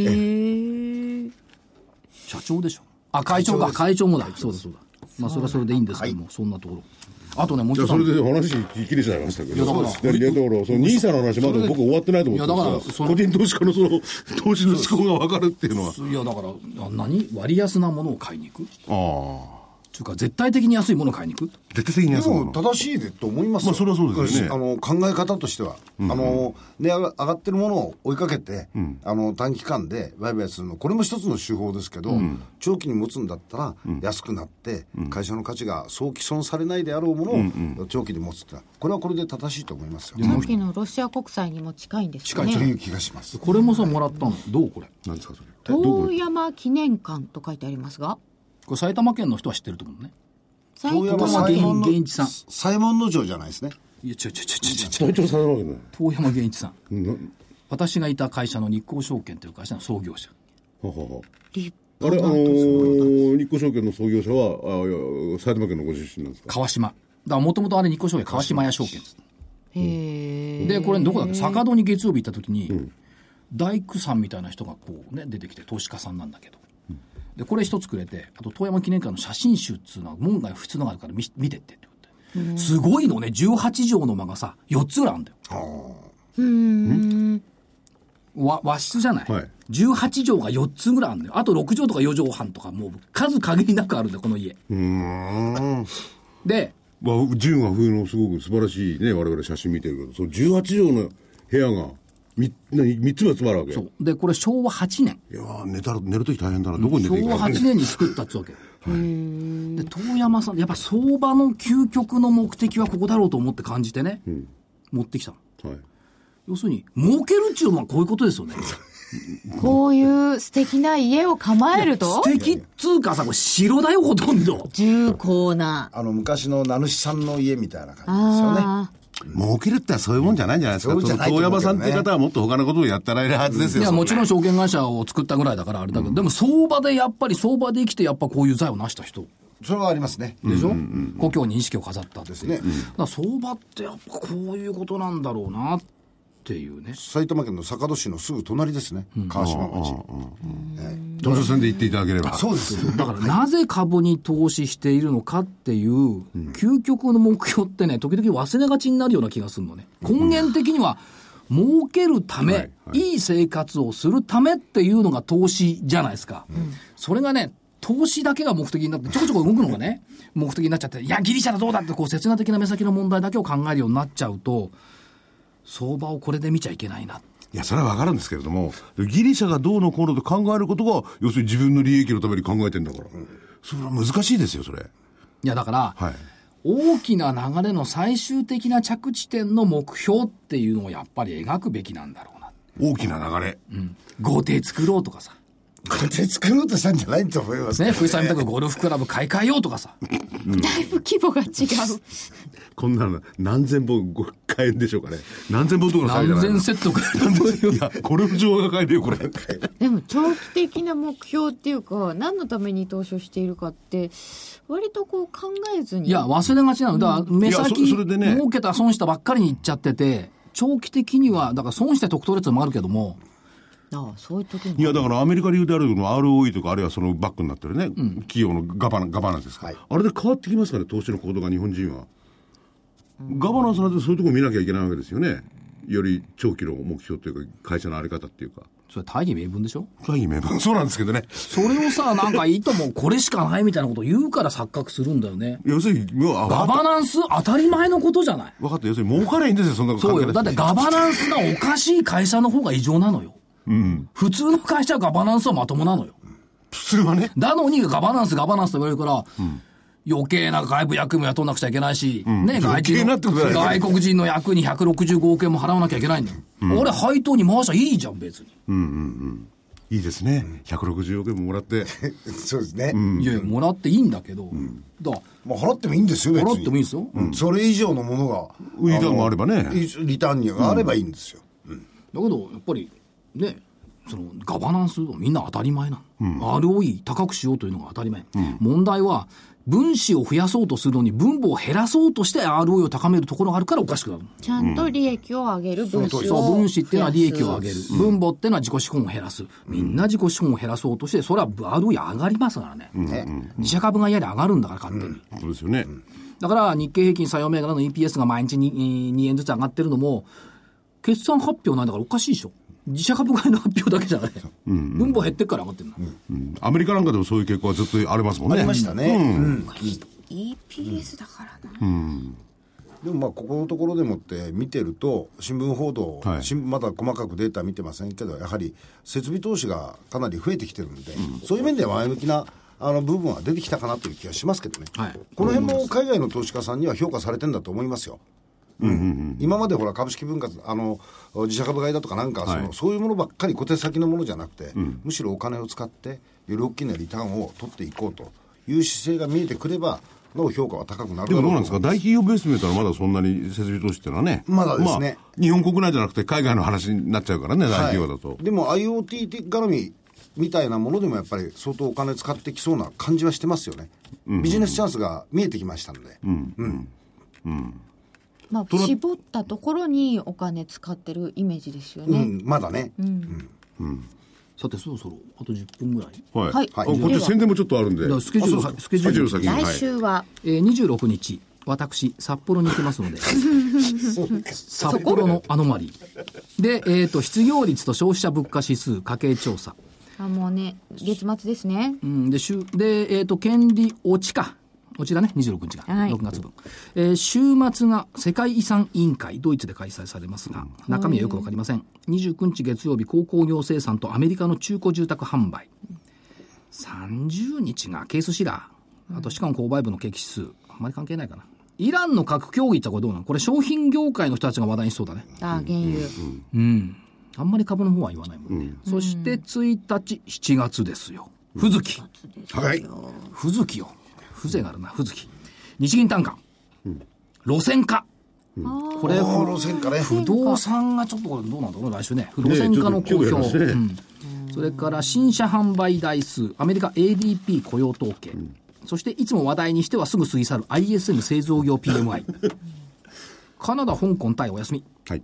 S1: 社長でしょ。会長もだ。そうだ。まあそれはそれでいいんですけども、そんなところ。あとね、もう一つ。
S4: それで話切れちゃいましたけど。だから、そのニーサの話まだ僕終わってないと思ってますから、個人投資家のその投資の思考が分かるっていうのは。
S1: いや、だから、割安なものを買いに行く。というか、絶対的に安いものを買いに行く。
S4: 絶対的に安いもの。
S3: でも正しいと思いますよ。
S4: まあ、それはそうですよ
S3: ね。考え方としては、値上がってるものを追いかけて、短期間で売買するの、これも一つの手法ですけど、長期に持つんだったら、安くなって、会社の価値がそう毀損されないであろうものを長期に持つってのは、これはこれで正しいと思いますよ。
S2: さっきのロシア国債にも近いんですかね。
S3: 近いという気がします。
S1: これもさ、もらったの。どうこれ。
S4: 何ですか、それ。
S2: 遠山記念館と書いてありますが。
S1: これ埼玉県の人は知ってると思うね。
S3: 遠山
S1: 源一さん。
S3: 左衛門尉じゃないですね。
S1: いや、
S4: 遠
S1: 山源一さん。私がいた会社の日興証券という会社の創業者。
S4: あれ、日興証券の創業者は、埼玉県のご出身なんですか？
S1: 川島。だからもともとあれ日興証券、川島屋証券です。で、これどこだっけ？坂戸に月曜日行った時に、大工さんみたいな人がこうね、出てきて、投資家さんなんだけど。で、これ一つくれて、あと、遠山記念館の写真集っつうのは、門外不出のがあるから見てって言って。すごいのね、18畳の間がさ、4つぐらいあるんだよ。和室じゃない、18畳が4つぐらいあるんだよ。あと6畳とか4畳半とか、もう数限りなくあるんだよ、この家。で、
S4: 純和風のすごく素晴らしいね、我々写真見てるけど、その18畳の部屋が、3つも集まるわけ。
S1: そう。で、これ昭和8年。
S4: いやー、寝るとき大変だな。どこに寝ていいか。
S1: 昭和8年に作ったってわけ。で、遠山さん、やっぱ相場の究極の目的はここだろうと思って感じてね、持ってきたの。要するに、儲けるっていうのはこういうことですよね。
S2: こういう素敵な家を構えると
S1: 素敵っつうかさ、これ城だよ、ほとんど。
S2: 重厚な。
S3: 昔の名主さんの家みたいな感じですよね。
S4: 儲けるってそういうもんじゃないんじゃないですか。遠山さんっていう方はもっと他のことをやってられるはずですよ。
S1: いや、もちろん証券会社を作ったぐらいだからあれだけど、でも相場でやっぱり相場で生きてやっぱこういう財を成した人。
S3: それはありますね。
S1: でしょ、故郷に意識を飾ったですね。だから相場ってやっぱこういうことなんだろうなっていうね。
S3: 埼玉県の坂戸市のすぐ隣ですね。川島町。
S4: 図書線で行っていただければ。
S3: そうですよ。
S1: だからなぜ株に投資しているのかっていう究極の目標ってね、時々忘れがちになるような気がするのね。根源的には儲けるため、いい生活をするためっていうのが投資じゃないですか。それがね、投資だけが目的になってちょこちょこ動くのがね目的になっちゃって、いやギリシャだどうだってこう刹那的な目先の問題だけを考えるようになっちゃうと、相場をこれで見ちゃいけないな。
S4: いやそれは分かるんですけれども、ギリシャがどうのこうのと考えることが要するに自分の利益のために考えてんだから、それは難しいですよそれ。
S1: いやだから、大きな流れの最終的な着地点の目標っていうのをやっぱり描くべきなんだろうな。
S4: 大きな流れ、
S1: 豪邸作ろうとかさ、
S3: 豪邸作ろうとしたんじゃないと思います
S1: ね。福井さんみたくゴルフクラブ買い替えようとかさ、
S2: だいぶ規模が違う。
S4: こんなの何千本買えるんでしょうかね。何千本とかのサイズじゃないの。
S1: 何千セット買える。
S4: いやゴルフ場が買えるよこれ。
S2: でも長期的な目標っていうか、何のために投資をしているかって割とこう考えずに。
S1: いや忘れがちなの。だから目先
S4: それでね、
S1: 儲けた損したばっかりにいっちゃってて、長期的にはだから損して得取率もあるけども。
S2: そういう時に。
S4: いやだからアメリカ流であるの ROE とか、あるいはそのバックになってるね、企業のガバナンスですか、あれで変わってきますかね、投資の行動が。日本人はガバナンスなんてそういうところ見なきゃいけないわけですよね。より長期の目標というか会社の在り方っていうか。それ
S1: 大義名分でしょ。
S4: 大義名分。そうなんですけどね。
S1: それをさ、なんかいいともこれしかないみたいなことを言うから錯覚するんだよね。
S4: 要するに
S1: ガバナンス当たり前のことじゃない。
S4: 分かった。要するに儲かりゃいいんですよ、そんなこと
S1: そうよ。だってガバナンスがおかしい会社の方が異常なのよ。普通の会社はガバナンスはまともなのよ。
S4: 普通はね。
S1: だのにガバナンスと言われるから、余計な外部役務雇わなくちゃいけないし、ね、外国人の役に165億円も払わなきゃいけないんだよ。俺配当に回しゃいいじゃん別に。
S4: いいですね。160億円ももらって。
S3: そうですね。
S1: いやもらっていいんだけど、
S3: まあ払ってもいいんですよ別に。
S1: 払ってもいいですよ。
S3: それ以上のものが
S4: リターンもあればね。
S3: リターンがあればいいんですよ。
S1: だけどやっぱりね、そのガバナンスはみんな当たり前なの、ROE 高くしようというのが当たり前、問題は分子を増やそうとするのに分母を減らそうとして ROE を高めるところがあるからおかしくなる。
S2: ちゃんと利益を上げる分子を
S1: そう分子っていうのは利益を上げる、分母っていうのは自己資本を減らす、みんな自己資本を減らそうとしてそれは ROE 上がりますからね、自社株がやり上がるんだから勝手に、
S4: そうですよね。
S1: だから日経平均採用銘柄の EPS が毎日に2円ずつ上がってるのも決算発表なんだからおかしいでしょ。自社株買いの発表だけじゃない、分母減ってっから上がってるの、
S4: アメリカなんかでもそういう傾向はずっとありますもんね。
S3: ありましたね、
S2: EPS だからな、
S3: でもまあここのところでもって見てると新聞報道、まだ細かくデータ見てませんけど、やはり設備投資がかなり増えてきてるんで、そういう面では前向きな部分は出てきたかなという気がしますけどね、この辺も海外の投資家さんには評価されてるんだと思いますよ。今までほら株式分割自社株買いだとかなんかそういうものばっかり小手先のものじゃなくて、むしろお金を使ってより大きなリターンを取っていこうという姿勢が見えてくればの評価は高くなるだろうと。
S4: でもどうなんですか、大企業ベースで見たらまだそんなに設備投資っていうのはね、
S3: まだですね、
S4: 日本国内じゃなくて海外の話になっちゃうからね、大企業だと。
S3: でも IoT 絡みみたいなものでもやっぱり相当お金使ってきそうな感じはしてますよね、ビジネスチャンスが見えてきましたので、
S2: まあ、絞ったところにお金使ってるイメージですよね、
S3: まだね、
S1: さてそろそろあと10分ぐらい、
S4: こっち宣伝もちょっとあるんで、
S1: スケジュール
S4: 先に
S2: 来週は、
S1: 26日私札幌に行きますので札幌のアノマリーで、失業率と消費者物価指数家計調査、
S2: もうね月末ですね、
S1: で権利落ちかこちらね、26日が、6月分、週末が世界遺産委員会ドイツで開催されますが、中身はよくわかりません。29日月曜日鉱工業生産とアメリカの中古住宅販売、30日がケースシラー、あとしかも購買部の景気指数、あんまり関係ないかな。イランの核協議ってこれどうなの？これ商品業界の人たちが話題にしそうだね。
S2: 原油、
S1: あんまり株の方は言わないもんね、そして1日7月ですよ、ふずき、ふずきよ、風情があるな、ふずき。日銀短観、路線価これ
S3: 路線価ね。
S1: 不動産がちょっとこれどうなんだろう来週ね。不動産価の公表、それから新車販売台数、アメリカ ADP 雇用統計、そしていつも話題にしてはすぐ過ぎ去る ISM 製造業 PMI カナダ、香港、タイお休み、
S4: はい。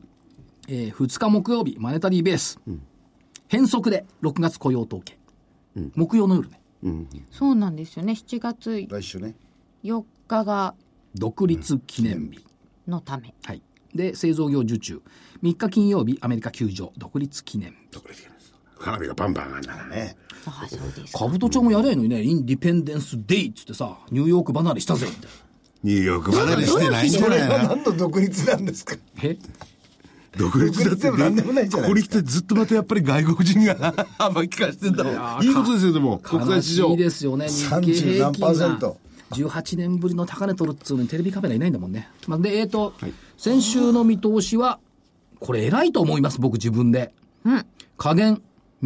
S1: 2日木曜日マネタリーベース、変則で6月雇用統計、木曜の夜ね、
S2: そうなんですよね。7月
S3: 来週ね。
S2: 4日が
S1: 独立記念日、
S2: のため。
S1: はい。で製造業受注3日金曜日アメリカ休場独立記念日。
S4: 花火がバンバン上がるんだね。
S2: ああ、そうですか。
S1: 株都庁もやれないのにね、インディペンデンスデイっつってさ、ニューヨーク離れしたぜみたいな。
S4: ニューヨーク離れしてないんじゃないな。
S3: 何の独立なんですか。
S4: 独立だって
S3: でも何でもないじゃない
S4: ここに
S3: ですか。
S4: 来てずっとまたやっぱり外国人があんまり聞かせてんだろう。いいことですよ、でも国際市場
S1: 悲しいですよね。日経
S3: 30
S1: 平
S3: 何
S1: 均が
S3: パーセント。
S1: 18年ぶりの高値取るっつうのにテレビカメラいないんだもんね。で先週の見通しはこれ偉いと思います、僕自分で。下限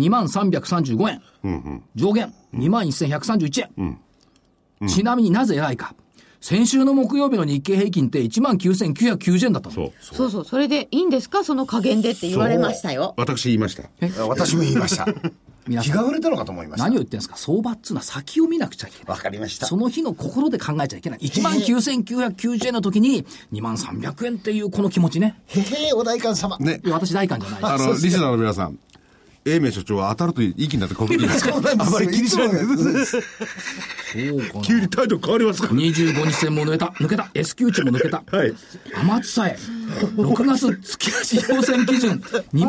S1: 2335円、上限21131円、ちなみになぜ偉いか、先週の木曜日の日経平均って19990円だったの。
S2: そうそれでいいんですか、その加減でって言われましたよ。
S4: 私言いました。
S3: 私も言いました。
S1: 皆さん
S3: 気が売れたのかと思いました。
S1: 何を言ってんですか。相場っつうのは先を見なくちゃいけない。
S3: わかりました。
S1: その日の心で考えちゃいけない。19990円の時に20300円っていうこの気持ちね。
S3: へへ、お代官様。
S4: ね。
S1: いや私大官じゃないです。
S4: リスナーの皆さん、英明所長は当たるといい気になってここにいますか。あまり気にしないで。
S1: そうかな。
S4: 急に態度変わりますから。
S1: 25日線も抜けた S q 値も抜けた、
S4: はい。
S1: 天津さえ6月月足要線基準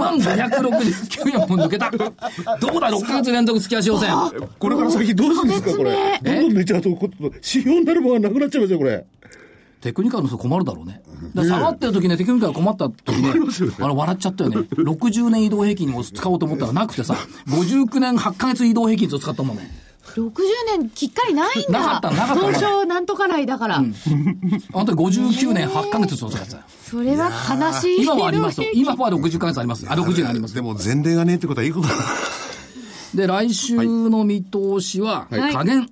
S1: 20569円も抜けた。どうだ6ヶ月連続月足要線。
S4: これから先どうするんですか、これ。どんどん寝ちゃうと、指標になるものがなくなっちゃいますよ、これ。
S1: テクニカルの人困るだろうね。下がってる時ね、テクニカル困った時ね、笑っちゃったよね。60年移動平均を使おうと思ったらなくてさ、59年8ヶ月移動平均を使ったもんね。
S2: 60年きっかりないんだ。
S1: なかった
S2: 東証なんとか来だから。
S1: あの時59年8ヶ月使ってたよ。
S2: それは悲しい。
S1: 今はありますよ。今は60ヶ月あります。60年あります。
S4: でも前例がねえってことはいいことだな。
S1: で、来週の見通しは、下限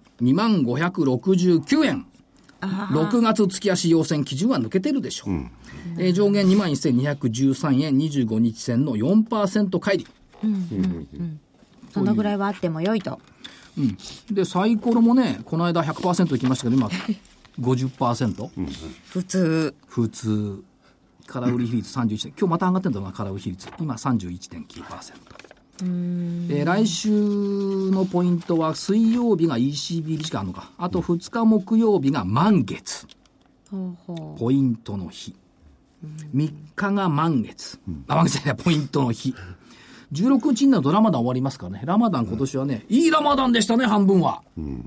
S1: 2569円。6月月足要線基準は抜けてるでしょう。上限21,213円、25日線の 4% 乖離。
S2: そのぐらいはあっても良いと。
S1: で、サイコロもね、この間 100% いきましたけど、今 50%。
S2: 普通。
S1: 空売り比率 31. 今日また上がってんだろうな、空売り比率。今 31.9%。来週のポイントは水曜日が ECB 理事会あるのか、あと2日木曜日が満月、ポイントの日、3日が満月、満月じゃない、ポイントの日、16日になるとラマダン終わりますからね。ラマダン今年はね、いいラマダンでしたね、半分は。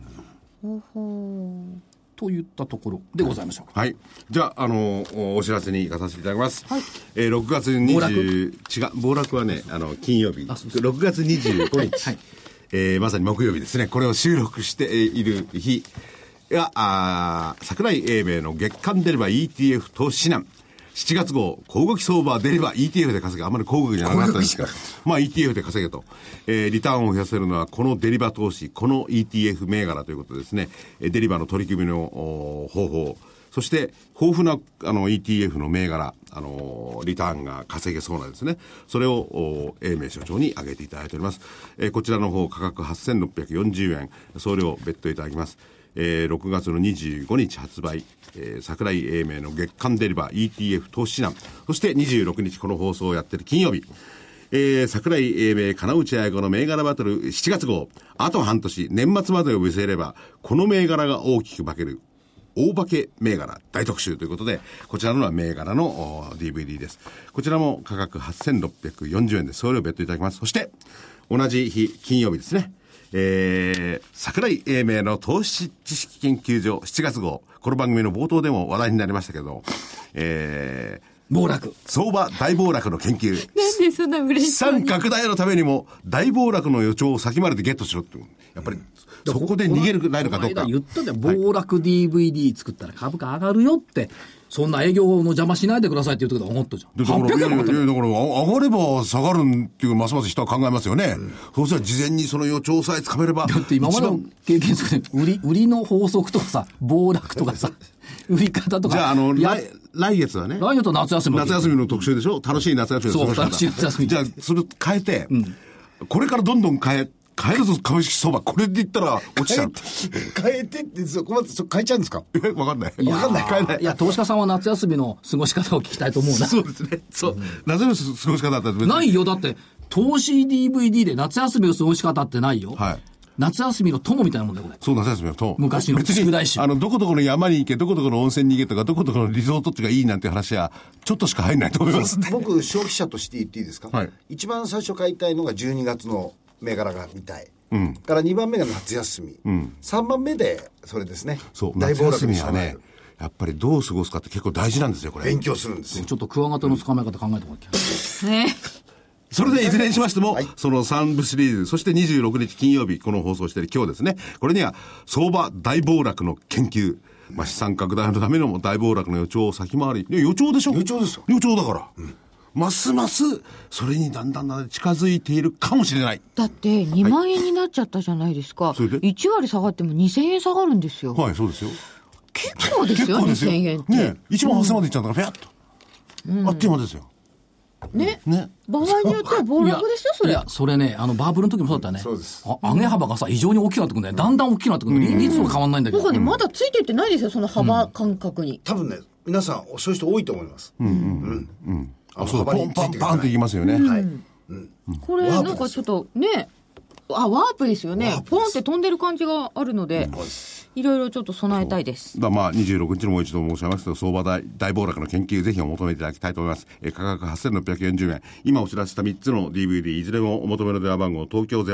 S1: といったところでございましょうか。
S4: はい。じゃあ、お知らせに行かさせていただきます。はい。6月20、暴落はね、金曜日。6月25日。はい。まさに木曜日ですね。これを収録している日が、桜井英明の月間デリバ ETF 投資指南。7月号、小動き相場デリバ ETF で稼げ。あんまり小動きじゃなかったですから。まあ ETF で稼げと。リターンを増やせるのはこのデリバ投資、この ETF 銘柄ということですね。デリバの取り組みの方法。そして豊富なETF の銘柄、リターンが稼げそうなんですね。それを英明所長に挙げていただいております。こちらの方価格8640円、送料別途いただきます。6月の25日発売、桜井英明の月間デリバ ETF 投資指南。そして26日この放送をやってる金曜日、桜井英明金内彩子の銘柄バトル7月号。あと半年、年末までを見据えれば、この銘柄が大きく化ける。大化け銘柄大特集ということで、こちらのは銘柄の DVD です。こちらも価格8640円で送料別途いただきます。そして、同じ日、金曜日ですね。桜井英明の投資知識研究所7月号。この番組の冒頭でも話題になりましたけど、
S1: 暴落。
S4: 相場大暴落の研究。
S2: でそんな嬉し
S4: 資
S2: そうに。
S4: 産拡大のためにも大暴落の予兆を先までゲットしろって。やっぱり、そこで逃げるないのかどうか。
S1: 言ったじゃん、暴落 DVD 作ったら株価上がるよって、そんな営業の邪魔しないでくださいって言うと思ったじゃん。800円も
S4: だから上がれば下がるっていうますます人は考えますよね。そうしたら事前にその予兆さえつかめれば。
S1: だって今までの経験する売りの法則とかさ、暴落とかさ、売り方とか。
S4: じゃあ来月はね。
S1: 来月は夏休み。
S4: 夏休みの特集でしょ。楽しい夏休みの
S1: そう、楽しい夏休み。
S4: じゃあ、それ変えて、これからどんどん変えるぞ株式相場。これで言ったら落ちちゃう。
S3: 変えてって、そこまで変えちゃうんですか？
S4: わかんない。
S3: わかんない。変えない。
S1: いや、投資家さんは夏休みの過ごし方を聞きたいと思うな。
S4: そうですね。そう。夏休みの過ごし方だったら
S1: ないよ。だって、投資 DVD で夏休みの過ごし方ってないよ。
S4: はい。
S1: 夏休みの友みたいなもんだよ、これ。
S4: そう、夏休みの友。
S1: 昔の宿題集。
S4: どこどこの山に行け、どこどこの温泉に行けとか、どこどこのリゾート地がいいなんて話は、ちょっとしか入んないと思います。
S3: 僕、消費者として言っていいですか？
S4: はい。
S3: 一番最初買いたいのが12月の銘柄が見たい。から2番目が夏休み。3番目で、それですね。
S4: そう、夏休みはね、やっぱりどう過ごすかって結構大事なんですよ、これ。
S3: 勉強するんですよ。
S1: ちょっとクワガタの捕まえ方考えてもらって
S2: ね。
S4: それでいずれにしましても、その3部シリーズ、そして26日金曜日、この放送している今日ですね、これには相場大暴落の研究、資産拡大のための大暴落の予兆を先回り、予兆でしょ？
S3: 予兆ですよ。
S4: 予兆だから。ますますそれにだんだん近づいているかもしれない。
S2: だって2万円になっちゃったじゃないですか。
S4: それで
S2: 1割下がっても2000円下がるんですよ。
S4: はい、そうですよ。
S2: 結構ですよ、2000円って。
S4: ね、1万8000までいっちゃったから、ぴゃっと。あっという間ですよ。
S2: ね。場合によっては暴落ですよ、それ。
S1: いや、それね、バブルの時もそうだったね。
S3: そうです。
S1: 上げ幅がさ、異常に大きくなってくるんだよ。だんだん大きくなってくるんだよ。率は変わんないんだけど。
S2: だからね、まだついてってないですよ、その幅感覚に。
S3: 多分ね、皆さん、そういう人多いと思います。
S4: そう、ポンパンパンっていきますよね。はい。
S2: これ、なんかちょっとね、ワープですよね。ポンって飛んでる感じがあるので、いろいろちょっと備えたいです。
S4: 26日のもう一度申し上げますと、相場大暴落の研究、ぜひお求めいただきたいと思います。価格8640円。今お知らせした3つの DVD、いずれもお求めの電話番号、東京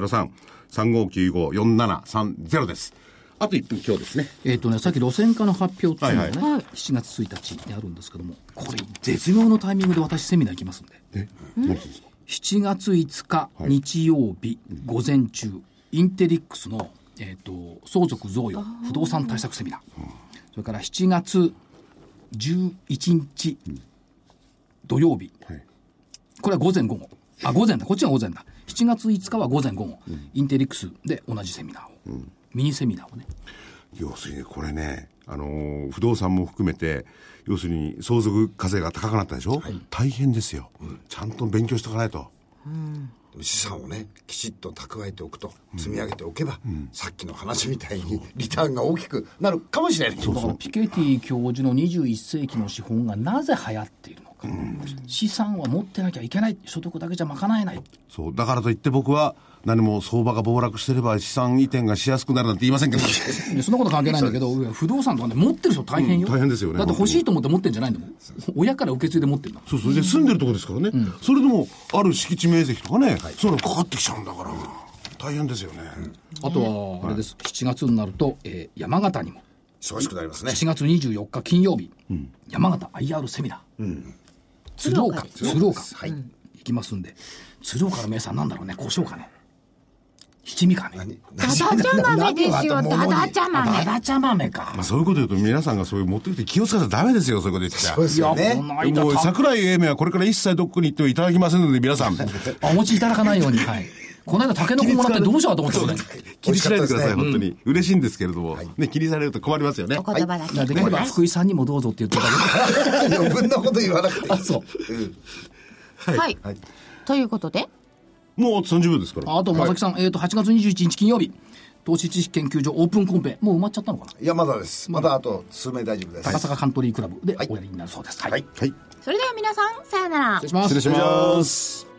S4: 03-3595-4730 です。あと1分今日ですね。
S1: さっき路線価の発表っていうのがね、7月1日にあるんですけども、これ、絶妙のタイミングで私セミナー行きますんで。
S4: 何ですか
S1: ？7月5日、日曜日、午前中、インテリックスの、相続贈与不動産対策セミナー、それから7月11日、土曜日、これは午前午後、午前だ、こっちが午前だ。7月5日は午前午後、インテリックスで同じセミナーを、ミニセミナーをね。
S4: 要するにこれね、不動産も含めて、要するに相続課税が高くなったでしょ、大変ですよ、ちゃんと勉強しておかないと。
S3: 資産をね、きちっと蓄えておくと、積み上げておけば、さっきの話みたいにリターンが大きくなるかもしれない。
S1: だからピケティ教授の21世紀の資本がなぜ流行っているのか、資産は持ってなきゃいけない、所得だけじゃ賄えない。
S4: そうだからといって僕は何も相場が暴落してれば資産移転がしやすくなるなんて言いませんけど
S1: そんなこと関係ないんだけど、不動産とかね、持ってる人大変よ、
S4: 大変ですよね。
S1: だって欲しいと思って持ってるんじゃないんだもん。親から受け継いで持ってるんだもん。
S4: そうで住んでるとこですからね、それでもある敷地面積とかね、そういうのかかってきちゃうんだから大変ですよね。
S1: あとはあれです、7月になると、山形にも
S3: 忙しくなりますね。
S1: 7月24日金曜日、山形 IR セミナー、鶴岡、行きますんで、鶴岡の名産なんだろうね、胡椒かね、七味かね。
S2: だだ茶豆ですよ、だだ茶豆。
S1: だだ茶豆か。
S4: そういうこと言うと皆さんがそういう持ってきて気をつけちゃダメですよ、そういうこと言って
S3: そうですよね。
S4: もう桜井英明はこれから一切どこに行ってはいただきませんので、皆さん
S1: お持ちいただかないように。この間タケノコもらってどうしようと思ってたね。
S4: 気にしないでください、本当に嬉しいんですけれども、気にされると困りますよね。
S2: お言葉だけ。
S1: できれば福井さんにもどうぞって言ってた
S3: けど余分なこと言わなくていい。
S1: そう。
S2: はい。ということで
S4: もう30秒ですから。
S1: あと正木さん、8月21日金曜日、投資知識研究所オープンコンペ、もう埋まっちゃったのかな。
S3: いや、まだです。まだあと数名大丈夫です。
S1: 高坂カントリークラブでおやりになるそうです。
S2: それでは皆さん、さよなら。
S1: 失礼します。
S4: 失礼します。